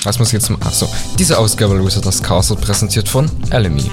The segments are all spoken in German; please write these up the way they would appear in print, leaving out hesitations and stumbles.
Was muss ich jetzt machen? Achso, diese Ausgabe Loser das Chaos wird präsentiert von LME.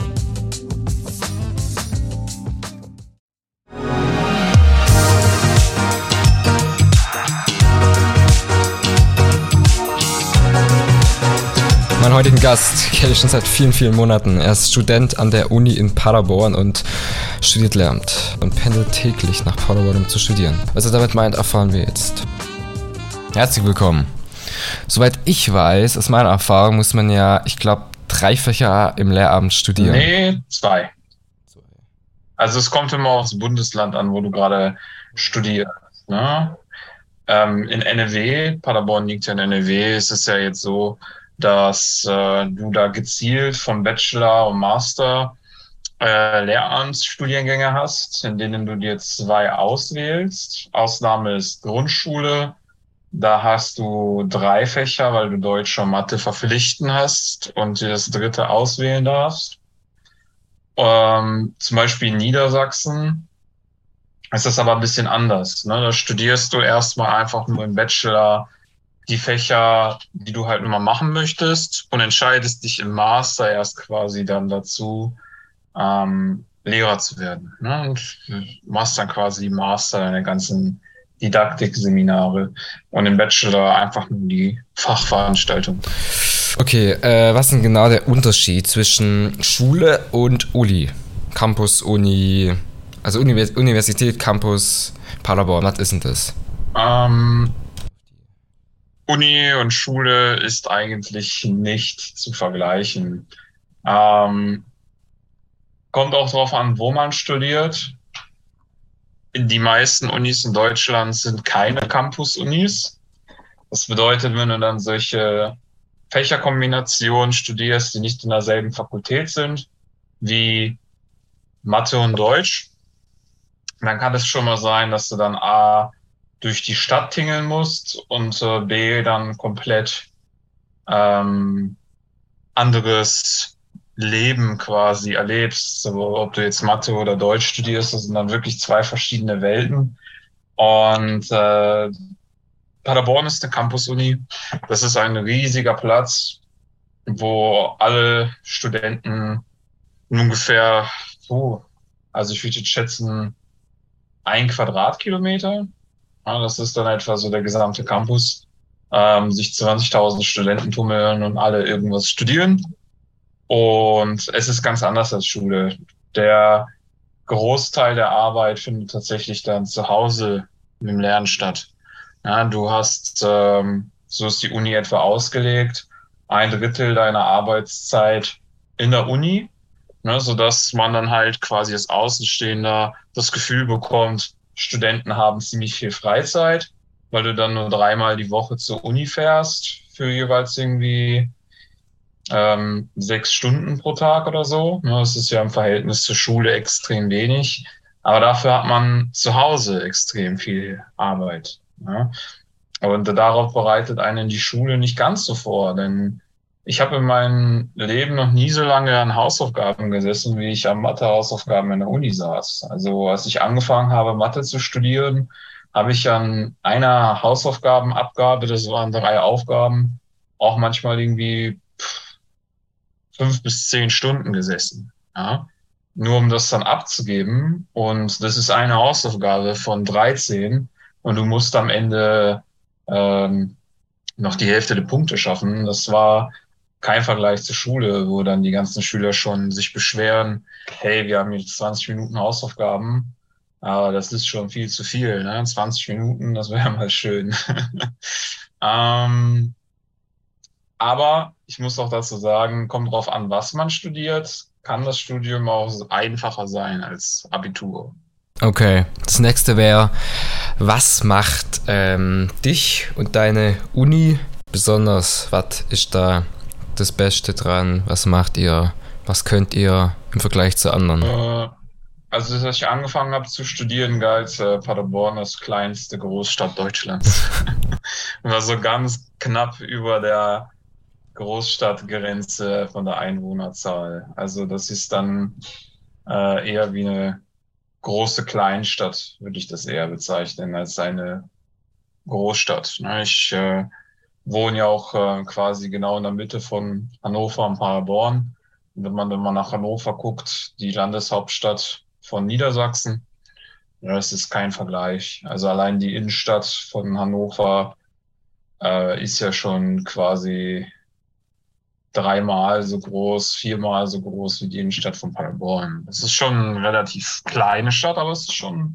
Meinen heutigen Gast kenne ich schon seit vielen, vielen Monaten. Er ist Student an der Uni in Paderborn und studiert Lehramt und pendelt täglich nach Paderborn, um zu studieren. Was er damit meint, erfahren wir jetzt. Herzlich willkommen. Soweit ich weiß, aus meiner Erfahrung muss man ja, ich glaube, 3 Fächer im Lehramt studieren. Nee, 2. Also es kommt immer aufs Bundesland an, wo du gerade studierst. Ne? In NRW, Paderborn liegt ja in NRW, ist es ja jetzt so, dass du da gezielt von Bachelor und Master Lehramtsstudiengänge hast, in denen du dir 2 auswählst. Ausnahme ist Grundschule. Da hast du 3 Fächer, weil du Deutsch und Mathe verpflichten hast und dir das 3. auswählen darfst. Zum Beispiel in Niedersachsen ist das aber ein bisschen anders. Ne? Da studierst du erstmal einfach nur im Bachelor die Fächer, die du halt nur mal machen möchtest und entscheidest dich im Master erst quasi dann dazu, Lehrer zu werden. Ne? Und machst dann quasi Master deine ganzen Didaktikseminare und im Bachelor einfach nur die Fachveranstaltung. Okay, was ist denn genau der Unterschied zwischen Schule und Uni? Campus, Uni, also Universität, Campus, Paderborn, was ist denn das? Uni und Schule ist eigentlich nicht zu vergleichen. Ähm, Kommt auch darauf an, wo man studiert. Die meisten Unis in Deutschland sind keine Campus-Unis. Das bedeutet, wenn du dann solche Fächerkombinationen studierst, die nicht in derselben Fakultät sind, wie Mathe und Deutsch, dann kann es schon mal sein, dass du dann A, durch die Stadt tingeln musst und B, dann komplett anderes Leben quasi erlebst. So, ob du jetzt Mathe oder Deutsch studierst, das sind dann wirklich 2 verschiedene Welten. Und Paderborn ist eine Campus-Uni. Das ist ein riesiger Platz, wo alle Studenten ungefähr, also ich würde jetzt schätzen, 1 Quadratkilometer. Ja, das ist dann etwa so der gesamte Campus. Sich 20.000 Studenten tummeln und alle irgendwas studieren. Und es ist ganz anders als Schule. Der Großteil der Arbeit findet tatsächlich dann zu Hause im Lernen statt. Ja, du hast, so ist die Uni etwa ausgelegt, 1/3 deiner Arbeitszeit in der Uni, ne, sodass man dann halt quasi als Außenstehender das Gefühl bekommt, Studenten haben ziemlich viel Freizeit, weil du dann nur 3-mal die Woche zur Uni fährst für jeweils irgendwie 6 Stunden pro Tag oder so. Ne, das ist ja im Verhältnis zur Schule extrem wenig. Aber dafür hat man zu Hause extrem viel Arbeit. Ne? Und darauf bereitet einen die Schule nicht ganz so vor, denn ich habe in meinem Leben noch nie so lange an Hausaufgaben gesessen, wie ich an Mathe-Hausaufgaben in der Uni saß. Also als ich angefangen habe, Mathe zu studieren, habe ich an einer Hausaufgabenabgabe, das waren 3 Aufgaben, auch manchmal irgendwie 5 bis 10 Stunden gesessen. Ja? Nur um das dann abzugeben. Und das ist eine Hausaufgabe von 13 und du musst am Ende ähm, noch die Hälfte der Punkte schaffen. Das war kein Vergleich zur Schule, wo dann die ganzen Schüler schon sich beschweren, hey, wir haben jetzt 20 Minuten Hausaufgaben, aber das ist schon viel zu viel, ne? 20 Minuten, das wäre mal schön. ähm, aber ich muss auch dazu sagen, kommt drauf an, was man studiert, kann das Studium auch einfacher sein als Abitur. Okay, das nächste wäre, was macht dich und deine Uni besonders? Was ist da das Beste dran? Was macht ihr? Was könnt ihr im Vergleich zu anderen? Also, als ich angefangen habe zu studieren, galt Paderborn als kleinste Großstadt Deutschlands. War so ganz knapp über der Großstadtgrenze von der Einwohnerzahl. Also das ist dann eher wie eine große Kleinstadt, würde ich das eher bezeichnen, als eine Großstadt. Ne? Ich wohne ja auch quasi genau in der Mitte von Hannover und Paderborn. Und wenn man dann mal nach Hannover guckt, die Landeshauptstadt von Niedersachsen, ja, das ist kein Vergleich. Also allein die Innenstadt von Hannover ist ja schon quasi dreimal so groß, viermal so groß wie die Innenstadt von Paderborn. Es ist schon eine relativ kleine Stadt, aber es ist schon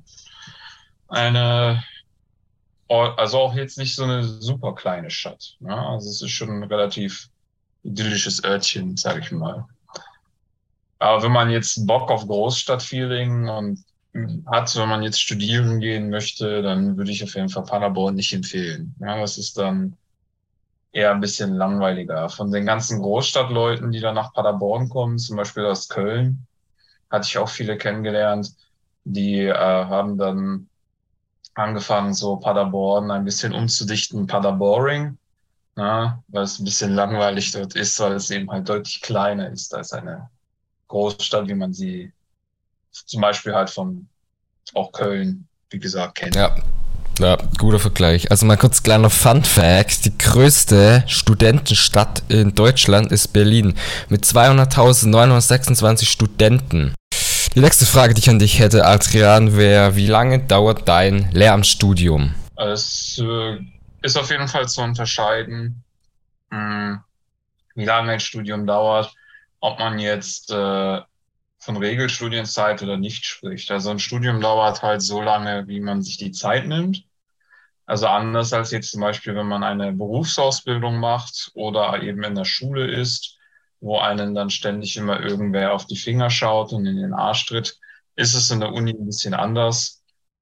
eine, also auch jetzt nicht so eine super kleine Stadt. Ne? Also es ist schon ein relativ idyllisches Örtchen, sage ich mal. Aber wenn man jetzt Bock auf Großstadtfeeling und hat, wenn man jetzt studieren gehen möchte, dann würde ich auf jeden Fall Paderborn nicht empfehlen. Ja, das ist dann eher ein bisschen langweiliger. Von den ganzen Großstadtleuten, die dann nach Paderborn kommen, zum Beispiel aus Köln, hatte ich auch viele kennengelernt, die haben dann angefangen, so Paderborn ein bisschen umzudichten, Paderboring, ja, weil es ein bisschen langweilig dort ist, weil es eben halt deutlich kleiner ist als eine Großstadt, wie man sie zum Beispiel halt von auch Köln, wie gesagt, kennt. Ja, ja, guter Vergleich. Also mal kurz kleiner Fun Fact. Die größte Studentenstadt in Deutschland ist Berlin mit 200.926 Studenten. Die nächste Frage, die ich an dich hätte, Adrian, wäre, wie lange dauert dein Lehramtsstudium? Es ist auf jeden Fall zu unterscheiden, mh, wie lange ein Studium dauert, ob man jetzt von Regelstudienzeit oder nicht spricht. Also ein Studium dauert halt so lange, wie man sich die Zeit nimmt. Also anders als jetzt zum Beispiel, wenn man eine Berufsausbildung macht oder eben in der Schule ist, wo einen dann ständig immer irgendwer auf die Finger schaut und in den Arsch tritt, ist es in der Uni ein bisschen anders.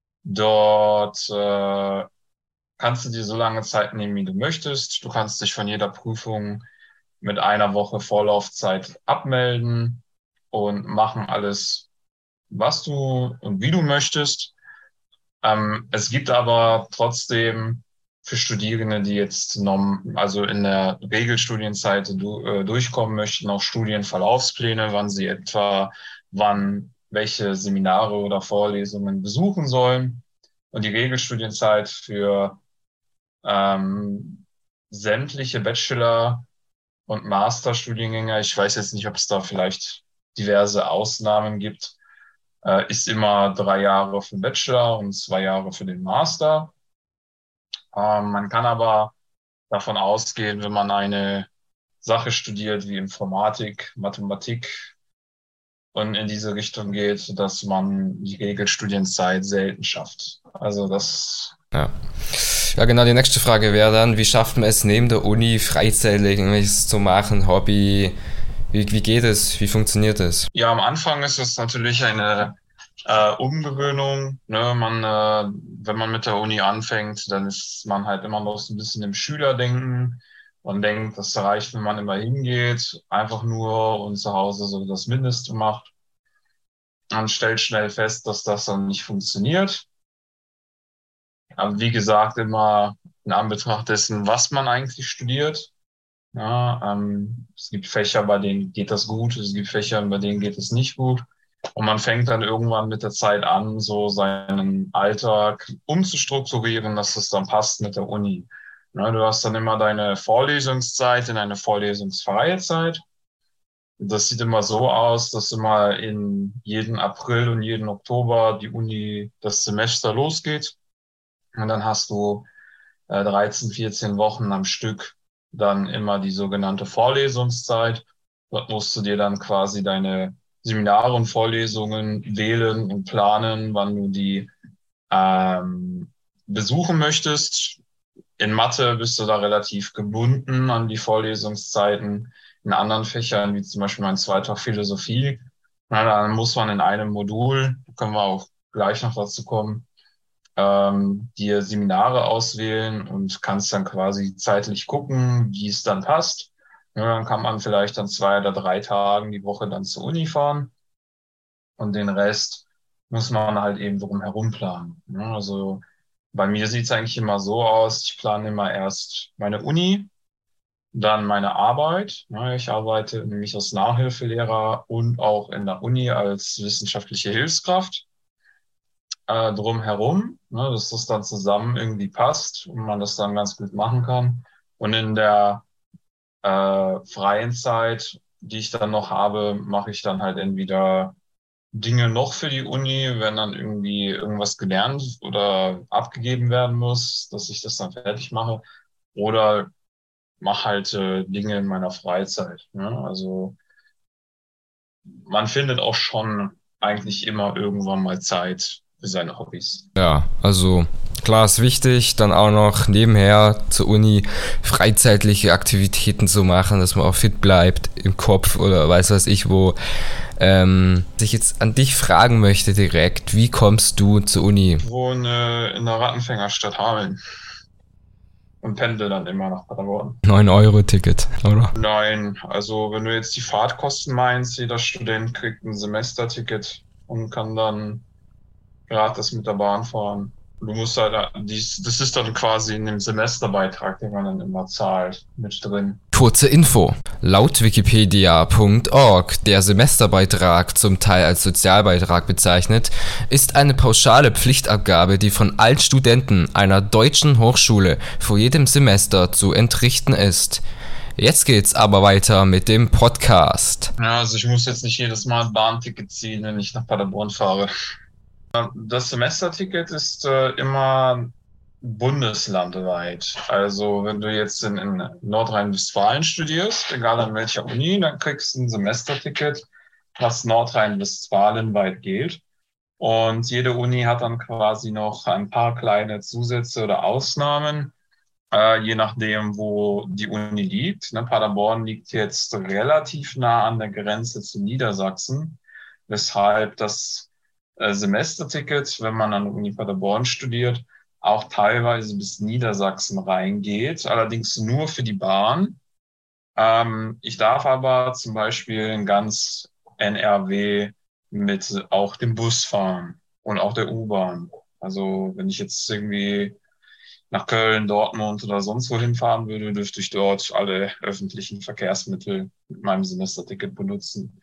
Dort kannst du dir so lange Zeit nehmen, wie du möchtest. Du kannst dich von jeder Prüfung mit einer Woche Vorlaufzeit abmelden und machen alles, was du und wie du möchtest. Es gibt aber trotzdem für Studierende, die jetzt also in der Regelstudienzeit durchkommen möchten, auch Studienverlaufspläne, wann welche Seminare oder Vorlesungen besuchen sollen. Und die Regelstudienzeit für ähm, sämtliche Bachelor- und Masterstudiengänge, ich weiß jetzt nicht, ob es da vielleicht diverse Ausnahmen gibt, ist immer 3 Jahre für den Bachelor und 2 Jahre für den Master. Man kann aber davon ausgehen, wenn man eine Sache studiert wie Informatik, Mathematik und in diese Richtung geht, dass man die Regelstudienzeit selten schafft. Also das. Ja. Ja, genau, die nächste Frage wäre dann, wie schafft man es neben der Uni freizeitig irgendwelches zu machen, Hobby? Wie geht es? Wie funktioniert es? Ja, am Anfang ist es natürlich eine Umgewöhnung. Ne? Wenn man mit der Uni anfängt, dann ist man halt immer noch so ein bisschen im Schülerdenken. Man denkt, das reicht, wenn man immer hingeht, einfach nur und zu Hause so das Mindeste macht. Man stellt schnell fest, dass das dann nicht funktioniert. Aber wie gesagt, immer in Anbetracht dessen, was man eigentlich studiert. Ja, es gibt Fächer, bei denen geht das gut, es gibt Fächer, bei denen geht es nicht gut. Und man fängt dann irgendwann mit der Zeit an, so seinen Alltag umzustrukturieren, dass es dann passt mit der Uni. Ja, du hast dann immer deine Vorlesungszeit in eine vorlesungsfreie Zeit. Das sieht immer so aus, dass immer in jeden April und jeden Oktober die Uni, das Semester losgeht. Und dann hast du 13, 14 Wochen am Stück dann immer die sogenannte Vorlesungszeit. Dort musst du dir dann quasi deine Seminare und Vorlesungen wählen und planen, wann du die besuchen möchtest. In Mathe bist du da relativ gebunden an die Vorlesungszeiten. In anderen Fächern, wie zum Beispiel mein zweiter Philosophie, na, dann muss man in einem Modul, können wir auch gleich noch dazu kommen, dir Seminare auswählen und kannst dann quasi zeitlich gucken, wie es dann passt. Ja, dann kann man vielleicht an 2 oder 3 Tagen die Woche dann zur Uni fahren und den Rest muss man halt eben drumherum planen. Ja, also bei mir sieht es eigentlich immer so aus, ich plane immer erst meine Uni, dann meine Arbeit. Ja, ich arbeite nämlich als Nachhilfelehrer und auch in der Uni als wissenschaftliche Hilfskraft drumherum, ne, dass das dann zusammen irgendwie passt und man das dann ganz gut machen kann. Und in der freien Zeit, die ich dann noch habe, mache ich dann halt entweder Dinge noch für die Uni, wenn dann irgendwie irgendwas gelernt oder abgegeben werden muss, dass ich das dann fertig mache. Oder mache halt Dinge in meiner Freizeit. Ne? Also man findet auch schon eigentlich immer irgendwann mal Zeit für seine Hobbys. Ja, also klar ist wichtig, dann auch noch nebenher zur Uni freizeitliche Aktivitäten zu machen, dass man auch fit bleibt im Kopf oder weiß was ich wo. Ich jetzt an dich fragen möchte direkt, wie kommst du zur Uni? Ich wohne in der Rattenfängerstadt Hameln und pendel dann immer nach Paderborn. 9-Euro-Ticket, oder? Nein, also wenn du jetzt die Fahrtkosten meinst, jeder Student kriegt ein Semesterticket und kann dann gratis mit der Bahn fahren. Du musst halt, das ist dann quasi in dem Semesterbeitrag, den man dann immer zahlt, mit drin. Kurze Info. Laut wikipedia.org, der Semesterbeitrag, zum Teil als Sozialbeitrag bezeichnet, ist eine pauschale Pflichtabgabe, die von allen Studenten einer deutschen Hochschule vor jedem Semester zu entrichten ist. Jetzt geht's aber weiter mit dem Podcast. Ja, also ich muss jetzt nicht jedes Mal ein Bahnticket ziehen, wenn ich nach Paderborn fahre. Das Semesterticket ist immer bundeslandweit. Also wenn du jetzt in Nordrhein-Westfalen studierst, egal an welcher Uni, dann kriegst du ein Semesterticket, was nordrhein-westfalenweit gilt. Und jede Uni hat dann quasi noch ein paar kleine Zusätze oder Ausnahmen, je nachdem, wo die Uni liegt. Ne, Paderborn liegt jetzt relativ nah an der Grenze zu Niedersachsen, weshalb das Semesterticket, wenn man an der Uni Paderborn studiert, auch teilweise bis Niedersachsen reingeht, allerdings nur für die Bahn. Ich darf aber zum Beispiel in ganz NRW mit auch dem Bus fahren und auch der U-Bahn. Also wenn ich jetzt irgendwie nach Köln, Dortmund oder sonst wo hinfahren würde, dürfte ich dort alle öffentlichen Verkehrsmittel mit meinem Semesterticket benutzen.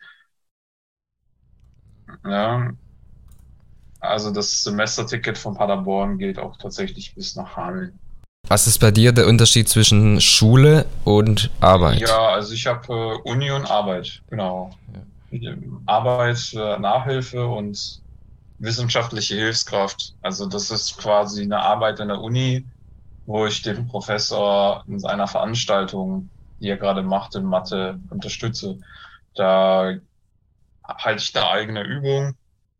Ja, also das Semesterticket von Paderborn gilt auch tatsächlich bis nach Hameln. Was ist bei dir der Unterschied zwischen Schule und Arbeit? Ja, also ich habe Uni und Arbeit, genau. Arbeit, Nachhilfe und wissenschaftliche Hilfskraft. Also das ist quasi eine Arbeit in der Uni, wo ich den Professor in seiner Veranstaltung, die er gerade macht in Mathe, unterstütze. Da halte ich eine eigene Übung.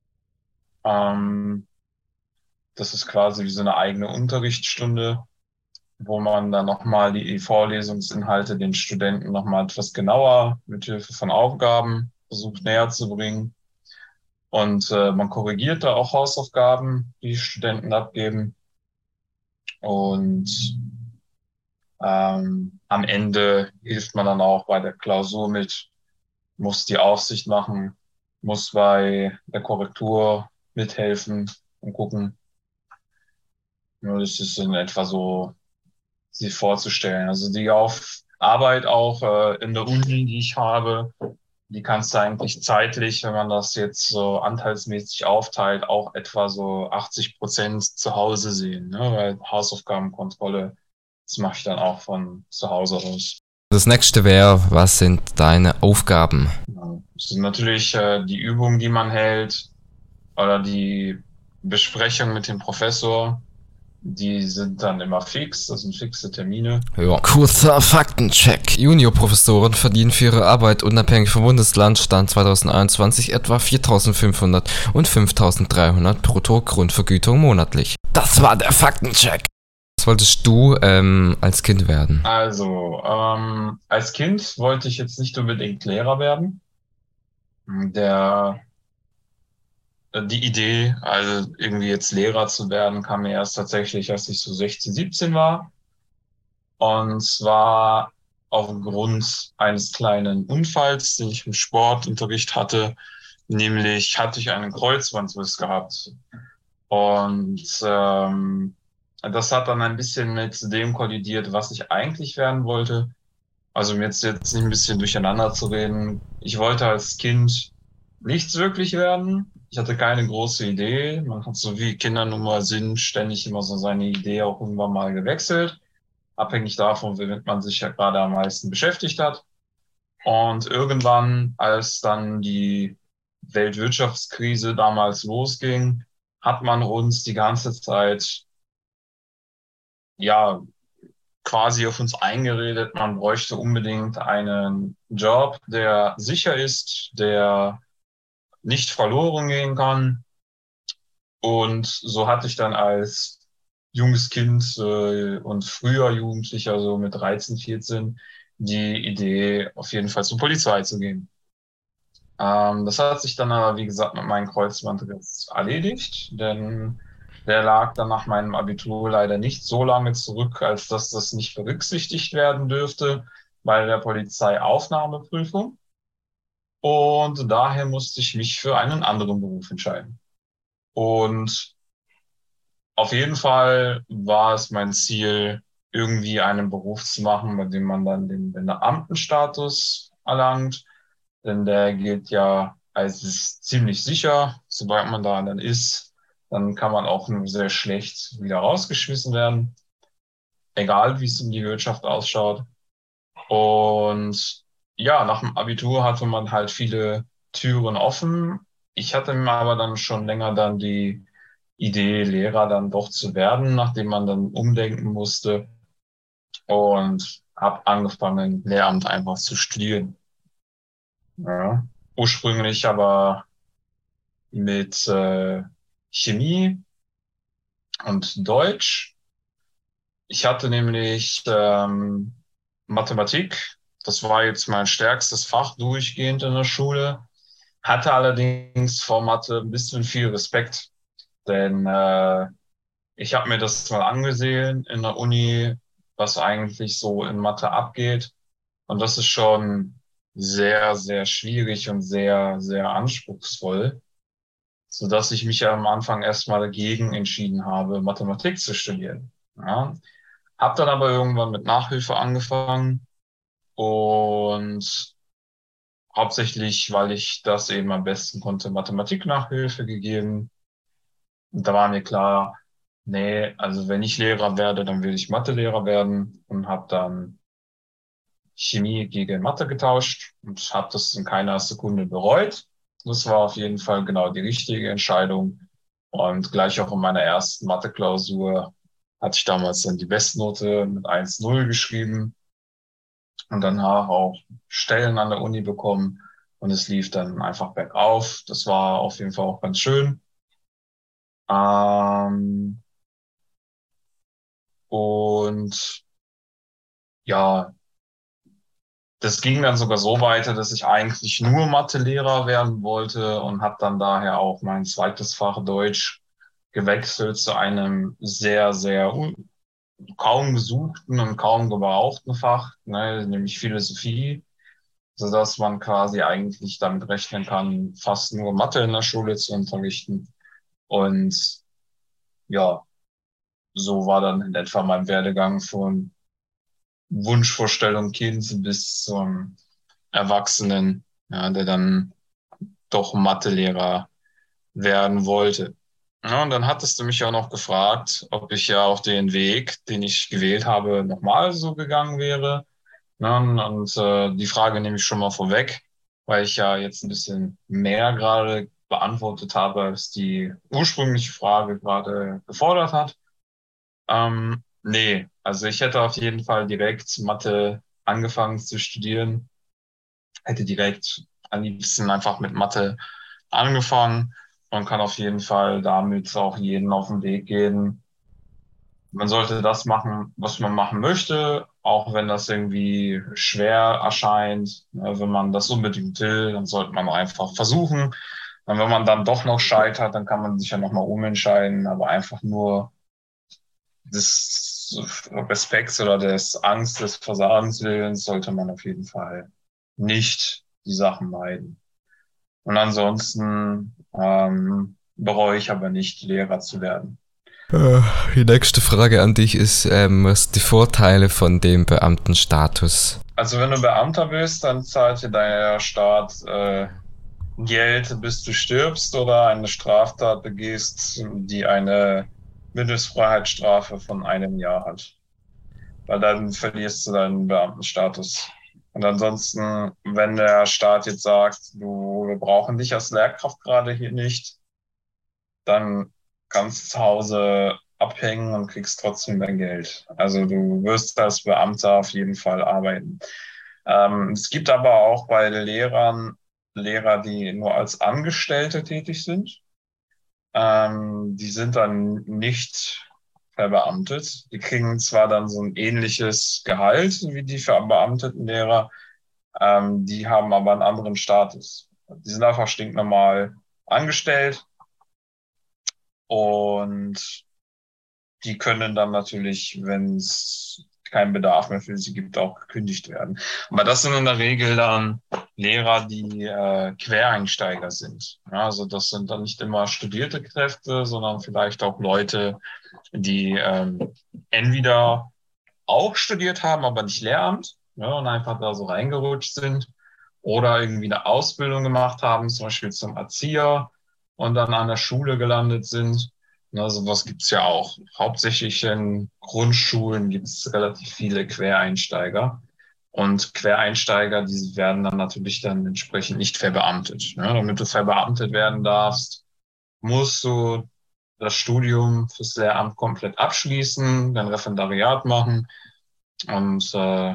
Das ist quasi wie so eine eigene Unterrichtsstunde, wo man dann nochmal die Vorlesungsinhalte den Studenten nochmal etwas genauer mit Hilfe von Aufgaben versucht näher zu bringen. Und man korrigiert da auch Hausaufgaben, die Studenten abgeben. Und am Ende hilft man dann auch bei der Klausur mit, muss die Aufsicht machen, muss bei der Korrektur mithelfen und gucken. Ja, das ist in etwa so, sich vorzustellen. Also die Arbeit auch in der Uni, die ich habe, die kannst du eigentlich zeitlich, wenn man das jetzt so anteilsmäßig aufteilt, auch etwa so 80% zu Hause sehen, ne? Weil Hausaufgabenkontrolle, das mache ich dann auch von zu Hause aus. Das nächste wäre, was sind deine Aufgaben? Ja, das sind natürlich die Übungen, die man hält oder die Besprechung mit dem Professor. Die sind dann immer fix, das sind fixe Termine. Ja. Kurzer Faktencheck. Juniorprofessoren verdienen für ihre Arbeit unabhängig vom Bundesland Stand 2021 etwa 4.500 und 5.300 brutto Grundvergütung monatlich. Das war der Faktencheck. Was wolltest du als Kind werden? Also, als Kind wollte ich jetzt nicht unbedingt Lehrer werden. Die Idee, also irgendwie jetzt Lehrer zu werden, kam mir erst tatsächlich, als ich so 16, 17 war. Und zwar aufgrund eines kleinen Unfalls, den ich im Sportunterricht hatte. Nämlich hatte ich einen Kreuzbandriss gehabt. Und das hat dann ein bisschen mit dem kollidiert, was ich eigentlich werden wollte. Also um jetzt nicht ein bisschen durcheinander zu reden. Ich wollte als Kind nichts wirklich werden. Ich hatte keine große Idee. Man hat so wie Kinder nun mal sind, ständig immer so seine Idee auch irgendwann mal gewechselt. abhängig davon, womit man sich ja gerade am meisten beschäftigt hat. Und irgendwann, als dann die Weltwirtschaftskrise damals losging, hat man uns die ganze Zeit, ja, quasi auf uns eingeredet, man bräuchte unbedingt einen Job, der sicher ist, der nicht verloren gehen kann. Und so hatte ich dann als junges Kind und früher Jugendlicher, so mit 13, 14, die Idee, auf jeden Fall zur Polizei zu gehen. Das hat sich dann aber, wie gesagt, mit meinem Kreuzbandriss erledigt, denn der lag dann nach meinem Abitur leider nicht so lange zurück, als dass das nicht berücksichtigt werden dürfte bei der Polizeiaufnahmeprüfung. Und daher musste ich mich für einen anderen Beruf entscheiden. Und auf jeden Fall war es mein Ziel, irgendwie einen Beruf zu machen, bei dem man dann den Beamtenstatus erlangt. Denn der gilt ja als ziemlich sicher. Sobald man da dann ist, dann kann man auch nur sehr schlecht wieder rausgeschmissen werden. Egal, wie es um die Wirtschaft ausschaut. Und ja, nach dem Abitur hatte man halt viele Türen offen. Ich hatte mir aber dann schon länger dann die Idee, Lehrer dann doch zu werden, nachdem man dann umdenken musste und habe angefangen, Lehramt einfach zu studieren. Ja. Ursprünglich aber mit Chemie und Deutsch. Ich hatte nämlich Mathematik. Das war jetzt mein stärkstes Fach durchgehend in der Schule. Hatte allerdings vor Mathe ein bisschen viel Respekt, denn ich habe mir das mal angesehen in der Uni, was eigentlich so in Mathe abgeht. Und das ist schon sehr, sehr schwierig und sehr, sehr anspruchsvoll, sodass ich mich am Anfang erstmal dagegen entschieden habe, Mathematik zu studieren. Ja. Hab dann aber irgendwann mit Nachhilfe angefangen und hauptsächlich, weil ich das eben am besten konnte, Mathematik-Nachhilfe gegeben. Und da war mir klar, nee, also wenn ich Lehrer werde, dann will ich Mathelehrer werden und habe dann Chemie gegen Mathe getauscht und habe das in keiner Sekunde bereut. Das war auf jeden Fall genau die richtige Entscheidung. Und gleich auch in meiner ersten Mathe-Klausur hatte ich damals dann die Bestnote mit 1,0 geschrieben und danach auch Stellen an der Uni bekommen. Und es lief dann einfach bergauf. Das war auf jeden Fall auch ganz schön. Ähm, und ja, das ging dann sogar so weiter, dass ich eigentlich nur Mathelehrer werden wollte und habe dann daher auch mein zweites Fach Deutsch gewechselt zu einem sehr, sehr kaum gesuchten und kaum gebrauchten Fach, ne, nämlich Philosophie, sodass man quasi eigentlich damit rechnen kann, fast nur Mathe in der Schule zu unterrichten. Und ja, so war dann in etwa mein Werdegang von Wunschvorstellung Kind bis zum Erwachsenen, ja, der dann doch Mathelehrer werden wollte. Ja, und dann hattest du mich auch noch gefragt, ob ich ja auch den Weg, den ich gewählt habe, nochmal so gegangen wäre. Ja, und die Frage nehme ich schon mal vorweg, weil ich ja jetzt ein bisschen mehr gerade beantwortet habe, als die ursprüngliche Frage gerade gefordert hat. Nee, also ich hätte auf jeden Fall direkt Mathe angefangen zu studieren, hätte direkt am liebsten einfach mit Mathe angefangen und kann auf jeden Fall damit auch jeden auf den Weg gehen. Man sollte das machen, was man machen möchte, auch wenn das irgendwie schwer erscheint. Wenn man das unbedingt will, dann sollte man einfach versuchen. Und wenn man dann doch noch scheitert, dann kann man sich ja nochmal umentscheiden, aber einfach nur des Respekts oder des Angst des Versagenswillens sollte man auf jeden Fall nicht die Sachen meiden. Und ansonsten bereue ich aber nicht, Lehrer zu werden. Die nächste Frage an dich ist, was sind die Vorteile von dem Beamtenstatus? Also wenn du Beamter bist, dann zahlt dir der Staat Geld, bis du stirbst oder eine Straftat begehst, die eine Mindestfreiheitsstrafe von 1 Jahr hat. weil dann verlierst du deinen Beamtenstatus. Und ansonsten, wenn der Staat jetzt sagt, wir brauchen dich als Lehrkraft gerade hier nicht, dann kannst du zu Hause abhängen und kriegst trotzdem dein Geld. Also du wirst als Beamter auf jeden Fall arbeiten. Es gibt aber auch bei Lehrern Lehrer, die nur als Angestellte tätig sind. Die sind dann nicht verbeamtet. Die kriegen zwar dann so ein ähnliches Gehalt wie die verbeamteten Lehrer, die haben aber einen anderen Status. Die sind einfach stinknormal angestellt und die können dann natürlich, wenn es keinen Bedarf mehr für sie gibt, auch gekündigt werden. Aber das sind in der Regel dann Lehrer, die Quereinsteiger sind. Ja, also das sind dann nicht immer studierte Kräfte, sondern vielleicht auch Leute, die entweder auch studiert haben, aber nicht Lehramt, ja, und einfach da so reingerutscht sind oder irgendwie eine Ausbildung gemacht haben, zum Beispiel zum Erzieher und dann an der Schule gelandet sind. Na, sowas gibt's ja auch. Hauptsächlich in Grundschulen gibt's relativ viele Quereinsteiger. Und Quereinsteiger, die werden dann natürlich dann entsprechend nicht verbeamtet. Ja, damit du verbeamtet werden darfst, musst du das Studium fürs Lehramt komplett abschließen, dein Referendariat machen und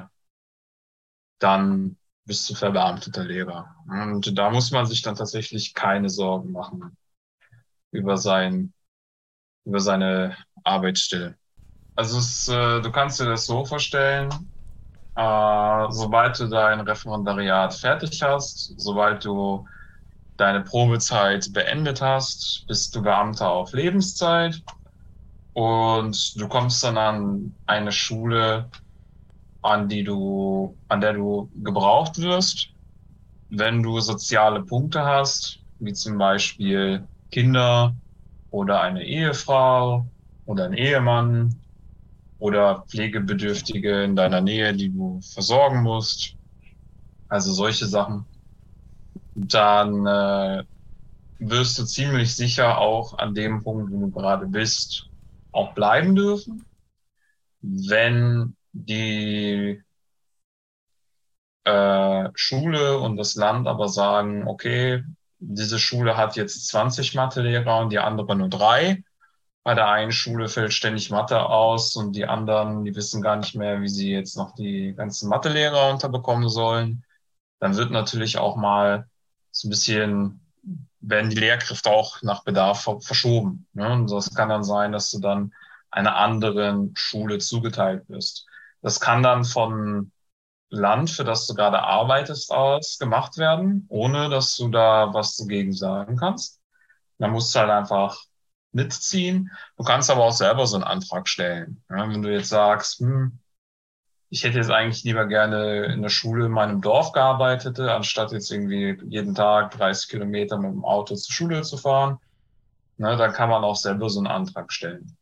dann bist du verbeamteter Lehrer. Und da muss man sich dann tatsächlich keine Sorgen machen über über seine Arbeitsstelle. Also du kannst dir das so vorstellen, sobald du dein Referendariat fertig hast, sobald du deine Probezeit beendet hast, bist du Beamter auf Lebenszeit und du kommst dann an eine Schule, an der du gebraucht wirst, wenn du soziale Punkte hast, wie zum Beispiel Kinder oder eine Ehefrau oder ein Ehemann oder Pflegebedürftige in deiner Nähe, die du versorgen musst, also solche Sachen, dann wirst du ziemlich sicher auch an dem Punkt, wo du gerade bist, auch bleiben dürfen. Wenn die Schule und das Land aber sagen, okay, diese Schule hat jetzt 20 Mathelehrer und die andere nur 3. Bei der einen Schule fällt ständig Mathe aus und die anderen, die wissen gar nicht mehr, wie sie jetzt noch die ganzen Mathelehrer unterbekommen sollen. Dann wird natürlich auch mal so ein bisschen, werden die Lehrkräfte auch nach Bedarf verschoben. Ne? Und das kann dann sein, dass du dann einer anderen Schule zugeteilt wirst. Das kann dann von Land, für das du gerade arbeitest, aus gemacht werden, ohne dass du da was dagegen sagen kannst. Dann musst du halt einfach mitziehen. Du kannst aber auch selber so einen Antrag stellen. Ja, wenn du jetzt sagst, ich hätte jetzt eigentlich lieber gerne in der Schule in meinem Dorf gearbeitet, anstatt jetzt irgendwie jeden Tag 30 Kilometer mit dem Auto zur Schule zu fahren, ne, dann kann man auch selber so einen Antrag stellen.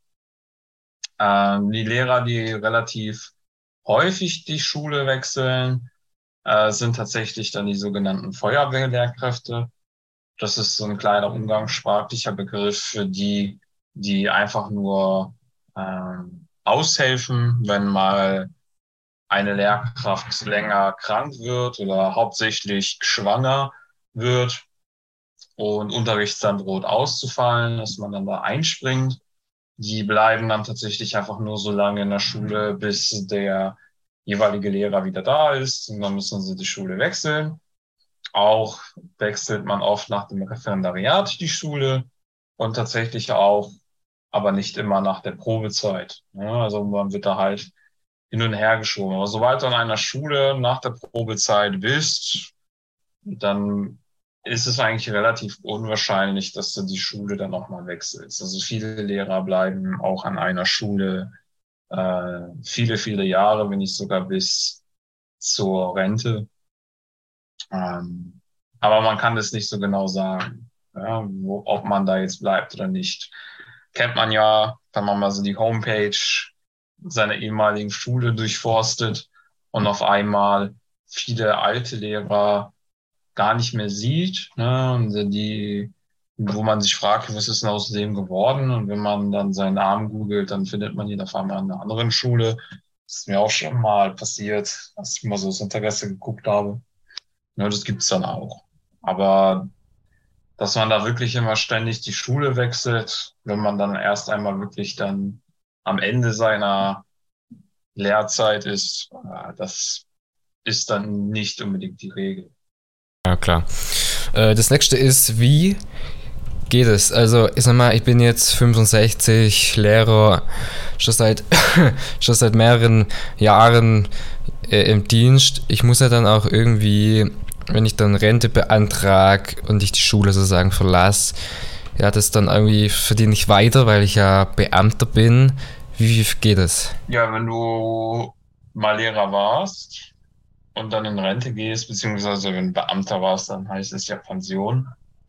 Die Lehrer, die relativ häufig die Schule wechseln, sind tatsächlich dann die sogenannten Feuerwehrlehrkräfte. Das ist so ein kleiner umgangssprachlicher Begriff für die, die einfach nur aushelfen, wenn mal eine Lehrkraft länger krank wird oder hauptsächlich schwanger wird und Unterricht dann droht auszufallen, dass man dann da einspringt. Die bleiben dann tatsächlich einfach nur so lange in der Schule, bis der jeweilige Lehrer wieder da ist und dann müssen sie die Schule wechseln. Auch wechselt man oft nach dem Referendariat die Schule und tatsächlich auch, aber nicht immer nach der Probezeit. Ja, also man wird da halt hin und her geschoben. Aber sobald du an einer Schule nach der Probezeit bist, dann ist es eigentlich relativ unwahrscheinlich, dass du die Schule dann nochmal wechselst. Also viele Lehrer bleiben auch an einer Schule viele Jahre, wenn nicht sogar bis zur Rente. Aber man kann das nicht so genau sagen, ja, ob man da jetzt bleibt oder nicht. Kennt man ja, wenn man mal so die Homepage seiner ehemaligen Schule durchforstet und auf einmal viele alte Lehrer gar nicht mehr sieht, ne, und wo man sich fragt, was ist denn aus dem geworden? Und wenn man dann seinen Namen googelt, dann findet man ihn auf einmal an einer anderen Schule. Das ist mir auch schon mal passiert, als ich mal so das Interesse geguckt habe. Ja, das gibt's dann auch. Aber dass man da wirklich immer ständig die Schule wechselt, wenn man dann erst einmal wirklich dann am Ende seiner Lehrzeit ist, das ist dann nicht unbedingt die Regel. Ja, klar. Das nächste ist, wie geht es? Also, ich sag mal, ich bin jetzt 65, Lehrer, schon seit, schon seit mehreren Jahren im Dienst. Ich muss ja dann auch irgendwie, wenn ich dann Rente beantrage und ich die Schule sozusagen verlasse, ja, das dann irgendwie verdiene ich weiter, weil ich ja Beamter bin. Wie geht es? Ja, wenn du mal Lehrer warst und dann in Rente gehst, beziehungsweise wenn du Beamter warst, dann heißt es ja Pension.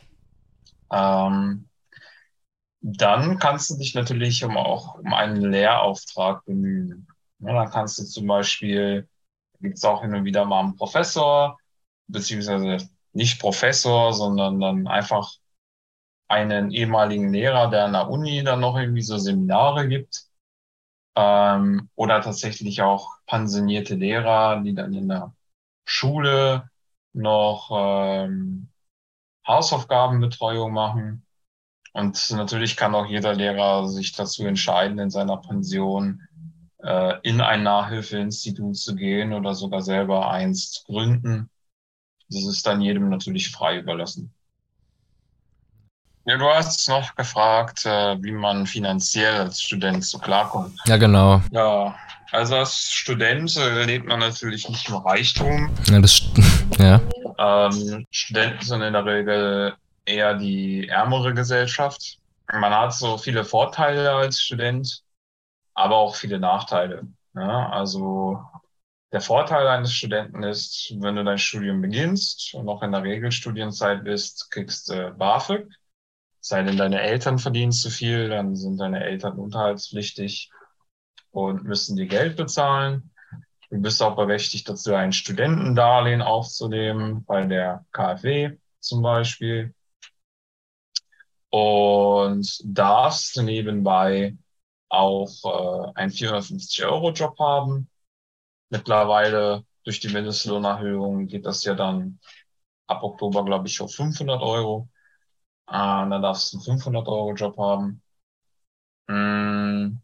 Ähm, Dann kannst du dich natürlich auch um einen Lehrauftrag bemühen. Ja, dann kannst du zum Beispiel, gibt es auch hin und wieder mal einen Professor, beziehungsweise nicht Professor, sondern dann einfach einen ehemaligen Lehrer, der an der Uni dann noch irgendwie so Seminare gibt. Oder tatsächlich auch pensionierte Lehrer, die dann in der Schule noch Hausaufgabenbetreuung machen. Und natürlich kann auch jeder Lehrer sich dazu entscheiden, in seiner Pension in ein Nachhilfeinstitut zu gehen oder sogar selber eins gründen. Das ist dann jedem natürlich frei überlassen. Ja, du hast noch gefragt, wie man finanziell als Student so klarkommt. Ja, genau. Ja, also als Student lebt man natürlich nicht nur Reichtum. Ja, ja. Studenten sind in der Regel eher die ärmere Gesellschaft. Man hat so viele Vorteile als Student, aber auch viele Nachteile. Ja, also der Vorteil eines Studenten ist, wenn du dein Studium beginnst und noch in der Regelstudienzeit bist, kriegst du BAföG. Sei denn, deine Eltern verdienen zu viel, dann sind deine Eltern unterhaltspflichtig und müssen dir Geld bezahlen. Du bist auch berechtigt dazu, ein Studentendarlehen aufzunehmen, bei der KfW zum Beispiel. Und darfst nebenbei auch einen 450-Euro-Job haben. Mittlerweile durch die Mindestlohnerhöhung geht das ja dann ab Oktober, glaube ich, auf 500 Euro. Dann darfst du einen 500-Euro-Job haben. Mm,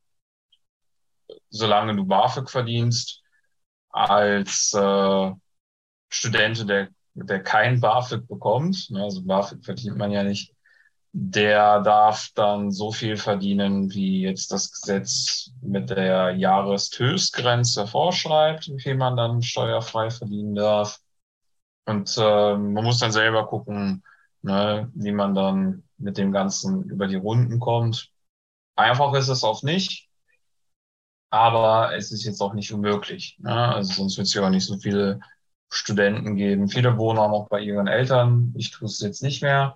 Solange du BAföG verdienst, als Student, der kein BAföG bekommt, ne, also BAföG verdient man ja nicht, der darf dann so viel verdienen, wie jetzt das Gesetz mit der Jahreshöchstgrenze vorschreibt, wie viel man dann steuerfrei verdienen darf. Und man muss dann selber gucken, ne, wie man dann mit dem Ganzen über die Runden kommt. Einfach ist es auch nicht, aber es ist jetzt auch nicht unmöglich. Ne? Also sonst wird es ja auch nicht so viele Studenten geben. Viele wohnen auch noch bei ihren Eltern. Ich tue es jetzt nicht mehr.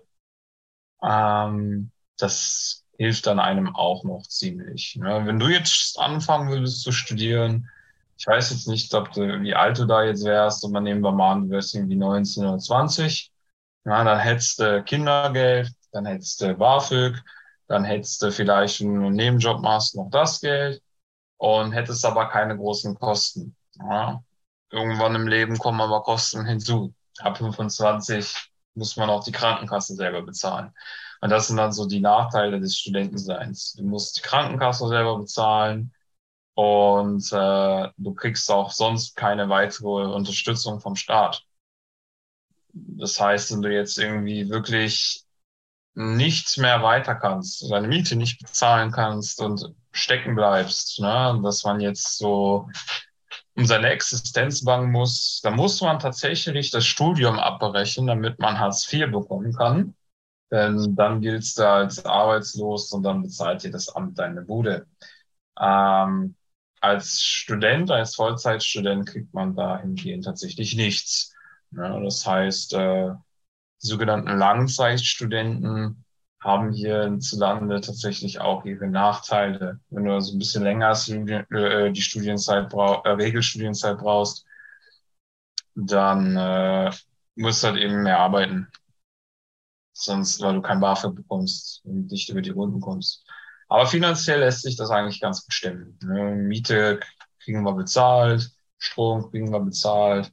Das hilft dann einem auch noch ziemlich. Ne? Wenn du jetzt anfangen würdest zu studieren, ich weiß jetzt nicht, wie alt du da jetzt wärst, aber nehmen wir mal an, du wärst irgendwie 19 oder 20. Ja, dann hättest du Kindergeld, dann hättest du BAföG, dann hättest du vielleicht, wenn du einen Nebenjob machst, noch das Geld und hättest aber keine großen Kosten. Ja. Irgendwann im Leben kommen aber Kosten hinzu. Ab 25 muss man auch die Krankenkasse selber bezahlen. Und das sind dann so die Nachteile des Studentenseins. Du musst die Krankenkasse selber bezahlen und du kriegst auch sonst keine weitere Unterstützung vom Staat. Das heißt, wenn du jetzt irgendwie wirklich nichts mehr weiter kannst, deine Miete nicht bezahlen kannst und stecken bleibst, ne, dass man jetzt so um seine Existenz bangen muss, dann muss man tatsächlich das Studium abbrechen, damit man Hartz IV bekommen kann. Denn dann giltst du als arbeitslos und dann bezahlt dir das Amt deine Bude. Ähm, Als Student, als Vollzeitstudent kriegt man dahingehend tatsächlich nichts. Ja, das heißt, die sogenannten Langzeitstudenten haben hierzulande tatsächlich auch ihre Nachteile. Wenn du also ein bisschen länger als die Regelstudienzeit brauchst, dann musst du halt eben mehr arbeiten. Sonst, weil du kein BAföG bekommst und nicht über die Runden kommst. Aber finanziell lässt sich das eigentlich ganz gut stemmen. Ne? Miete kriegen wir bezahlt, Strom kriegen wir bezahlt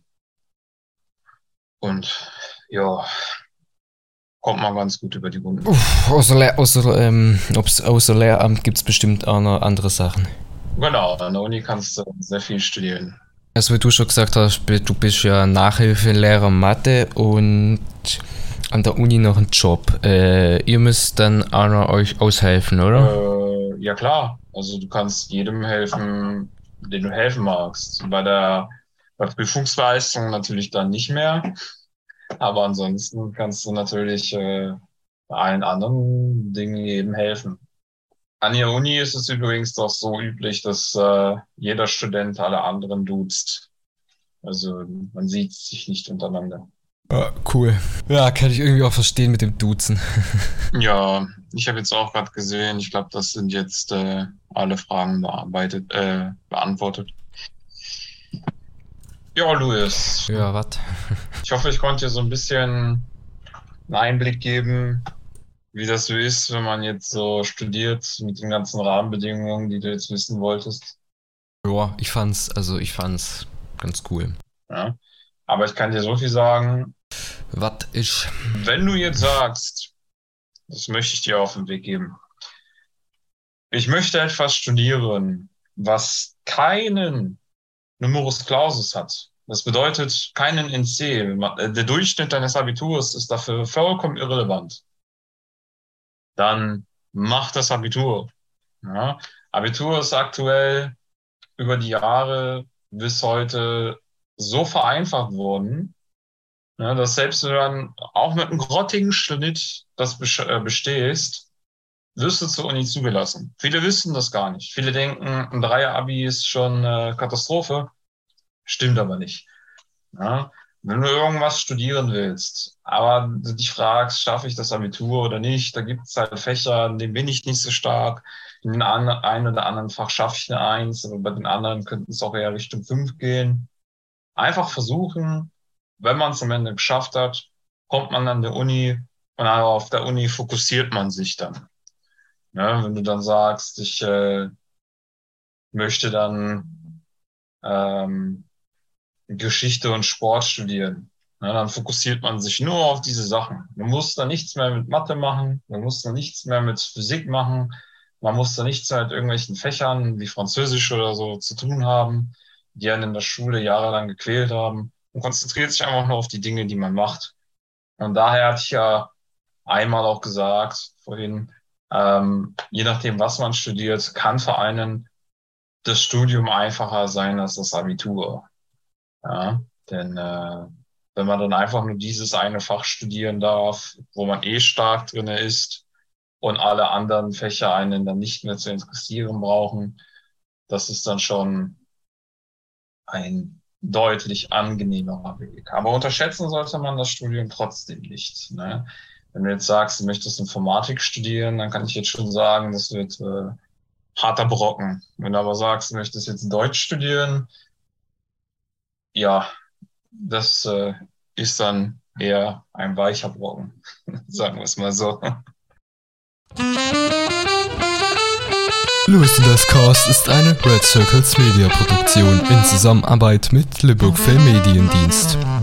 und ja, kommt man ganz gut über die Runden. Außer Lehramt gibt es bestimmt auch noch andere Sachen. Genau, an der Uni kannst du sehr viel studieren. Also wie du schon gesagt hast, du bist ja Nachhilfelehrer Mathe und an der Uni noch einen Job. Ihr müsst dann auch noch euch aushelfen, oder? Ja klar, also du kannst jedem helfen, den du helfen magst. Bei Prüfungsleistung natürlich dann nicht mehr, aber ansonsten kannst du natürlich bei allen anderen Dingen jedem helfen. An der Uni ist es übrigens doch so üblich, dass jeder Student alle anderen duzt. Also man sieht sich nicht untereinander. Ah, cool. Ja, kann ich irgendwie auch verstehen mit dem Duzen. Ja, ich habe jetzt auch gerade gesehen, ich glaube, das sind jetzt alle Fragen beantwortet. Ja, Louis. Ja, was? Ich hoffe, ich konnte dir so ein bisschen einen Einblick geben, wie das so ist, wenn man jetzt so studiert mit den ganzen Rahmenbedingungen, die du jetzt wissen wolltest. Ja, ich fand's ganz cool. Ja. Aber ich kann dir so viel sagen, Was ist? wenn du jetzt sagst, das möchte ich dir auf den Weg geben. Ich möchte etwas studieren, was keinen Numerus Clausus hat. Das bedeutet keinen NC. Der Durchschnitt deines Abiturs ist dafür vollkommen irrelevant. Dann mach das Abitur. Ja. Abitur ist aktuell über die Jahre bis heute so vereinfacht worden, ja, dass selbst wenn du dann auch mit einem grottigen Schnitt das bestehst, wirst du zur Uni zugelassen. Viele wissen das gar nicht. Viele denken, ein Dreier-Abi ist schon Katastrophe. Stimmt aber nicht. Ja. Wenn du irgendwas studieren willst, aber du dich fragst, schaffe ich das Abitur oder nicht, da gibt es halt Fächer, in denen bin ich nicht so stark. In den einen oder anderen Fach schaffe ich eine 1, aber bei den anderen könnten es auch eher Richtung 5 gehen. Einfach versuchen, wenn man es am Ende geschafft hat, kommt man an der Uni und auf der Uni fokussiert man sich dann. Ja, wenn du dann sagst, ich möchte dann Geschichte und Sport studieren. Ja, dann fokussiert man sich nur auf diese Sachen. Man muss da nichts mehr mit Mathe machen, man muss da nichts mehr mit Physik machen, man muss da nichts mehr mit irgendwelchen Fächern wie Französisch oder so zu tun haben, die einen in der Schule jahrelang gequält haben. Man konzentriert sich einfach nur auf die Dinge, die man macht. Und daher hatte ich ja einmal auch gesagt vorhin, je nachdem, was man studiert, kann für einen das Studium einfacher sein als das Abitur. Ja, denn wenn man dann einfach nur dieses eine Fach studieren darf, wo man stark drinne ist und alle anderen Fächer einen dann nicht mehr zu interessieren brauchen, das ist dann schon ein deutlich angenehmerer Weg. Aber unterschätzen sollte man das Studium trotzdem nicht. Ne? Wenn du jetzt sagst, du möchtest Informatik studieren, dann kann ich jetzt schon sagen, das wird harter Brocken. Wenn du aber sagst, du möchtest jetzt Deutsch studieren, ja, das ist dann eher ein weicher Brocken, sagen wir es mal so. Louis das Cast ist eine Red Circles Media Produktion in Zusammenarbeit mit Lübeck Film Mediendienst.